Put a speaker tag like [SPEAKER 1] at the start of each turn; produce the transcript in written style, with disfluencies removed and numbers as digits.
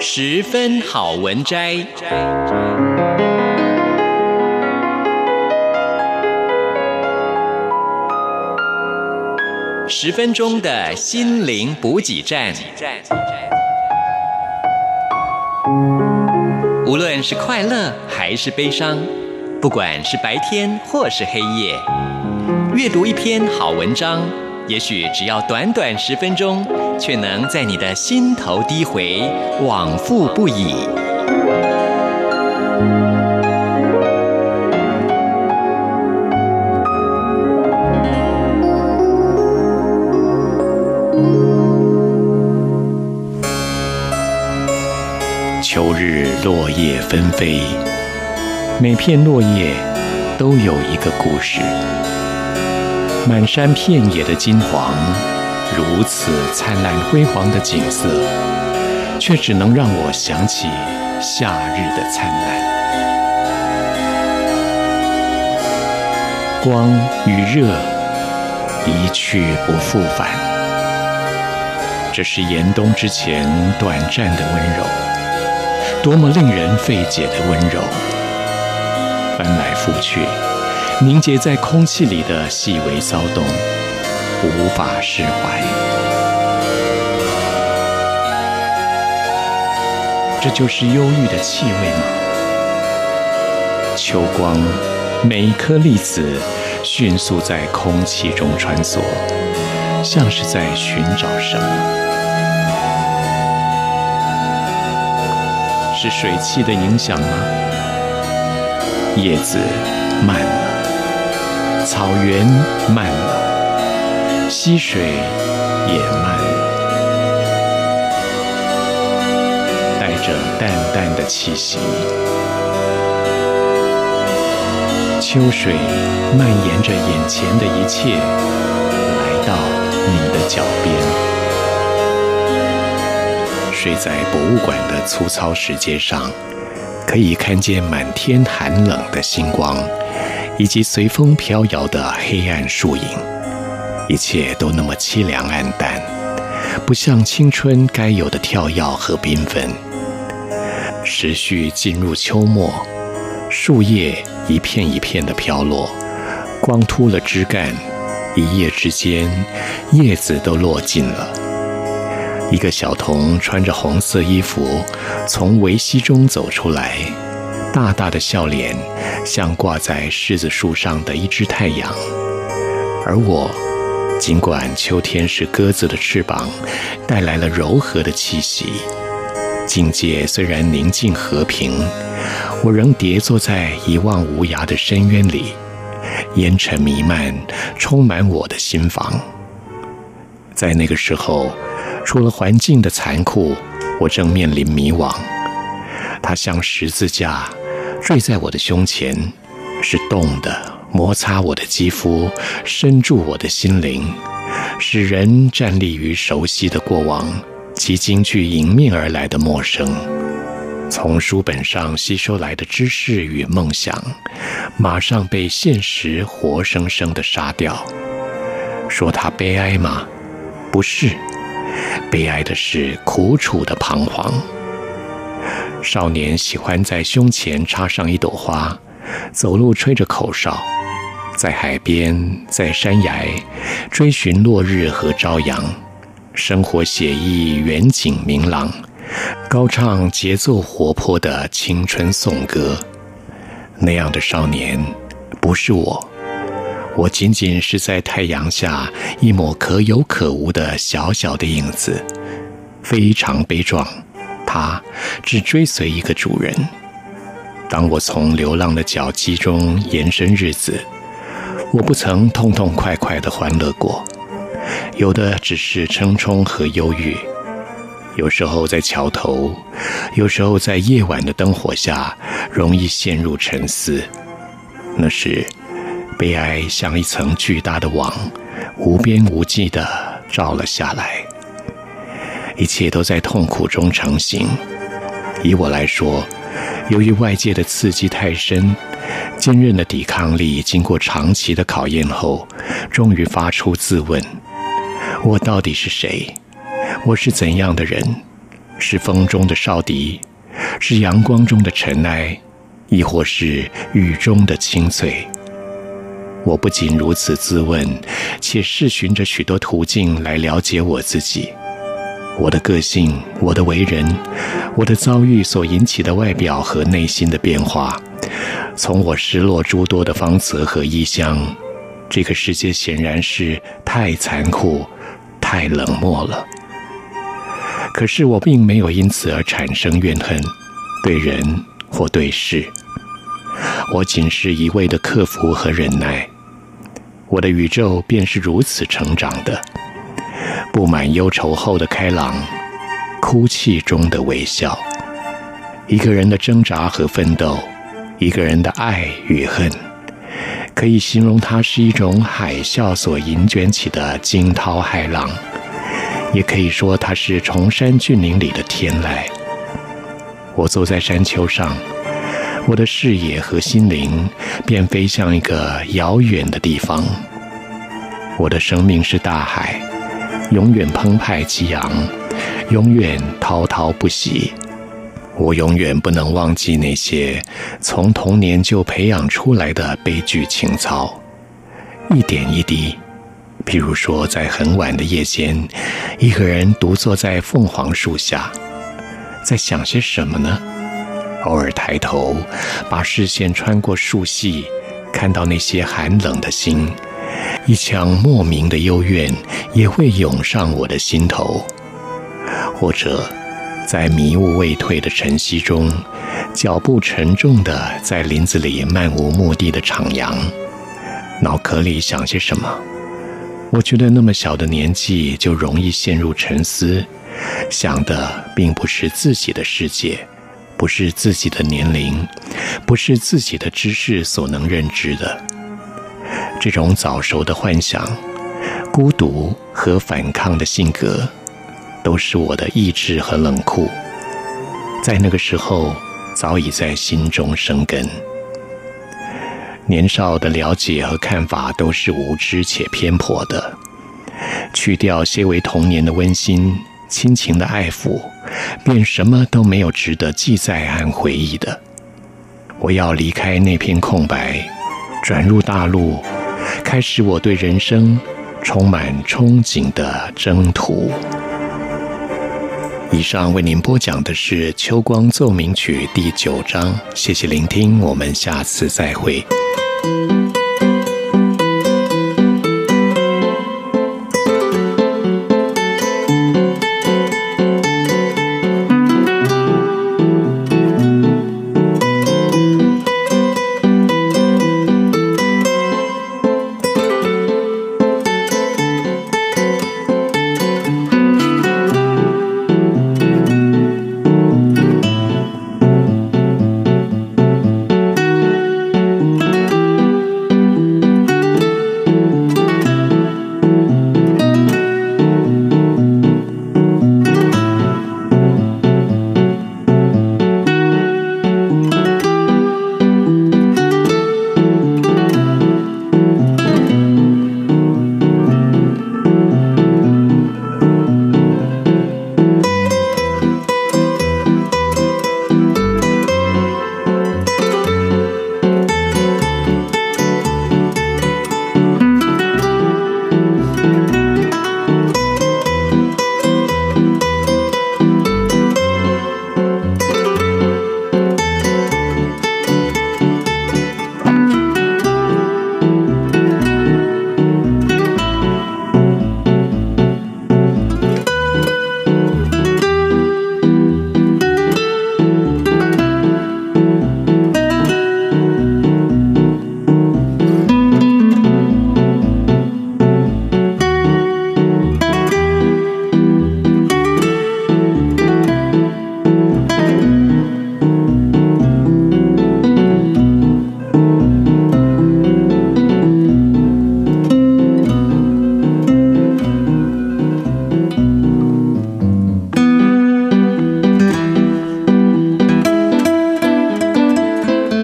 [SPEAKER 1] 十分好文摘。10分钟的心灵补给站。无论是快乐还是悲伤，不管是白天或是黑夜，阅读一篇好文章，也许只要短短10分钟，却能在你的心头低回，往复不已。
[SPEAKER 2] 秋日落叶纷飞，每片落叶都有一个故事。满山遍野的金黄，如此灿烂辉煌的景色，却只能让我想起夏日的灿烂。光与热一去不复返，这是严冬之前短暂的温柔，多么令人费解的温柔，翻来覆去，凝结在空气里的细微骚动，无法释怀。这就是忧郁的气味吗？秋光，每一颗粒子迅速在空气中穿梭，像是在寻找什么。是水汽的影响吗？叶子慢了，草原慢了，溪水也慢了，带着淡淡的气息。秋水蔓延着眼前的一切，来到你的脚边。睡在博物馆的粗糙石阶上，可以看见满天寒冷的星光，以及随风飘摇的黑暗树影，一切都那么凄凉暗淡，不像青春该有的跳跃和缤纷。时序进入秋末，树叶一片一片的飘落，光秃了枝干，一夜之间，叶子都落尽了。一个小童穿着红色衣服从围隙中走出来，大大的笑脸像挂在柿子树上的一只太阳。而我，尽管秋天是鸽子的翅膀，带来了柔和的气息，境界虽然宁静和平，我仍跌坐在一望无涯的深渊里，烟尘弥漫，充满我的心房。在那个时候，除了环境的残酷，我正面临迷惘。它像十字架坠在我的胸前，是冻的，摩擦我的肌肤，深住我的心灵，使人站立于熟悉的过往，其京剧迎面而来的陌生。从书本上吸收来的知识与梦想，马上被现实活生生地杀掉。说它悲哀吗？不是，悲哀的是苦楚的彷徨。少年喜欢在胸前插上一朵花，走路吹着口哨，在海边，在山崖，追寻落日和朝阳，生活写意，远景明朗，高唱节奏活泼的青春颂歌。那样的少年不是我，我仅仅是在太阳下一抹可有可无的小小的影子，非常悲壮，它只追随一个主人。当我从流浪的脚迹中延伸日子，我不曾痛痛快快地欢乐过，有的只是怆忡和忧郁。有时候在桥头，有时候在夜晚的灯火下，容易陷入沉思。那时悲哀像一层巨大的网，无边无际地罩了下来，一切都在痛苦中成型。以我来说，由于外界的刺激太深，坚韧的抵抗力经过长期的考验后，终于发出自问：我到底是谁？我是怎样的人？ 是风中的哨笛，是阳光中的尘埃，亦或是雨中的清脆。我不仅如此自问，且试寻着许多途径来了解我自己。我的个性，我的为人，我的遭遇所引起的外表和内心的变化，从我失落诸多的芳泽和异乡，这个世界显然是太残酷、太冷漠了。可是我并没有因此而产生怨恨，对人或对事，我仅是一味的克服和忍耐。我的宇宙便是如此成长的，布满忧愁后的开朗，哭泣中的微笑，一个人的挣扎和奋斗，一个人的爱与恨，可以形容它是一种海啸所引卷起的惊涛骇浪，也可以说它是崇山峻岭里的天籁。我坐在山丘上，我的视野和心灵便飞向一个遥远的地方。我的生命是大海，永远澎湃激昂，永远滔滔不息。我永远不能忘记那些从童年就培养出来的悲剧情操，一点一滴。譬如说，在很晚的夜间，一个人独坐在凤凰树下，在想些什么呢？偶尔抬头，把视线穿过树隙，看到那些寒冷的星，一腔莫名的幽怨也会涌上我的心头。或者在迷雾未退的晨曦中，脚步沉重地在林子里漫无目的的徜徉，脑壳里想些什么？我觉得那么小的年纪就容易陷入沉思，想的并不是自己的世界，不是自己的年龄，不是自己的知识所能认知的。这种早熟的幻想，孤独和反抗的性格，都是我的意志和冷酷，在那个时候早已在心中生根。年少的了解和看法都是无知且偏颇的，去掉些微童年的温馨亲情的爱抚，便什么都没有值得记载和回忆的。我要离开那片空白，转入大陆，开始我对人生充满憧憬的征途。以上为您播讲的是《秋光奏鸣曲》第9章，谢谢聆听，我们下次再会。